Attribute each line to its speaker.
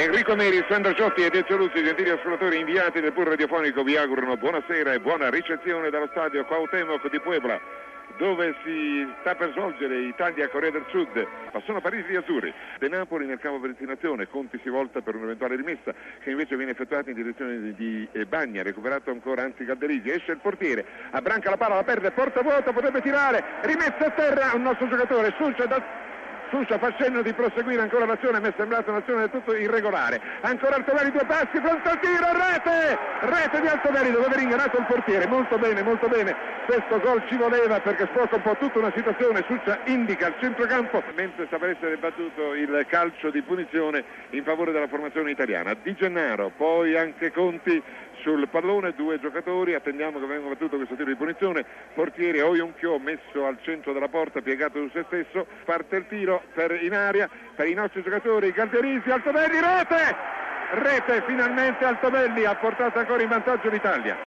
Speaker 1: Enrico Neri, Sandro Ciotti e Ezio Luzzi, gentili ascoltatori inviati del Pur Radiofonico, vi augurano buonasera e buona ricezione dallo stadio Cuauhtémoc di Puebla, dove si sta per svolgere Italia-Corea del Sud, ma sono Parisi gli azzurri. De Napoli nel campo per destinazione, Conti si volta per un'eventuale rimessa che invece viene effettuata in direzione di Bagna, recuperato ancora Anzi Calderisi, esce il portiere, abbranca la palla, la perde, porta vuota, potrebbe tirare, rimessa a terra un nostro giocatore, Suscia fa cenno di proseguire ancora l'azione, mi è sembrata un'azione del tutto irregolare. Ancora Altobelli, due passi, pronto al tiro, rete di Altobelli, dove aveva inganato il portiere. Molto bene, questo gol ci voleva perché sblocca un po' tutta una situazione. Suscia indica il centrocampo mentre sta per essere battuto il calcio di punizione in favore della formazione italiana. Di Gennaro, poi anche Conti sul pallone, due giocatori, attendiamo che venga battuto questo tiro di punizione. Portiere Oyunchio messo al centro della porta, piegato su se stesso, parte il tiro in aria per i nostri giocatori. Calderisi, Altobelli, rete finalmente. Altobelli ha portato ancora in vantaggio l'Italia.